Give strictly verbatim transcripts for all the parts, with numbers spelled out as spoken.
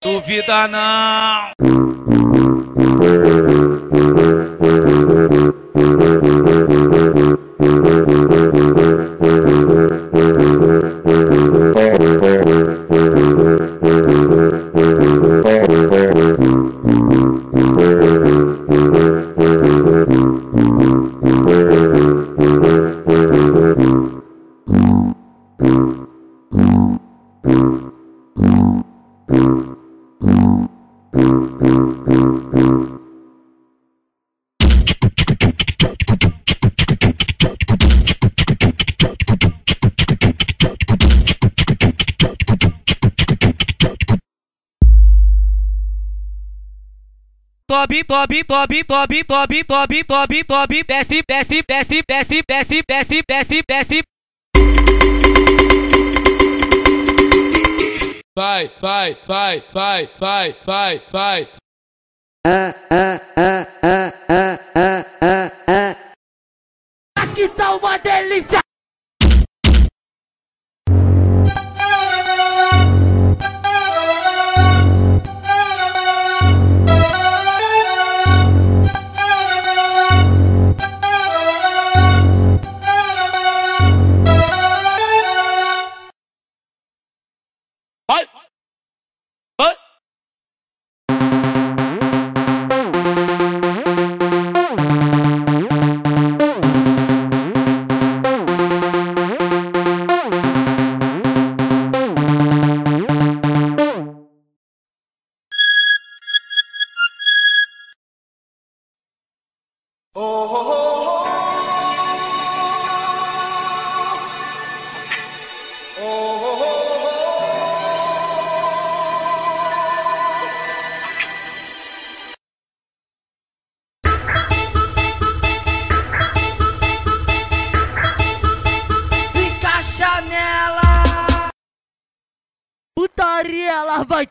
Duvida não. Tobe, tobe, tobe, tobe, tobe, tobe, tobe, tobe, desce, desce, desce, desce, desce, desce, desce, desce. Vai, vai, vai, vai, vai, vai, vai. Aqui tá uma delícia. Vai! Vai! Oh, oh, oh, oh, oh, oh. Chanela, putaria, ela vai.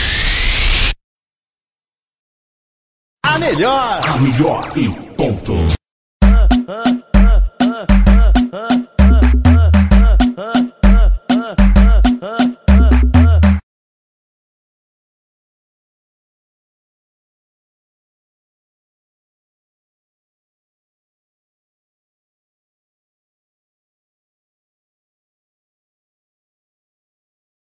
A melhor, a melhor e ponto.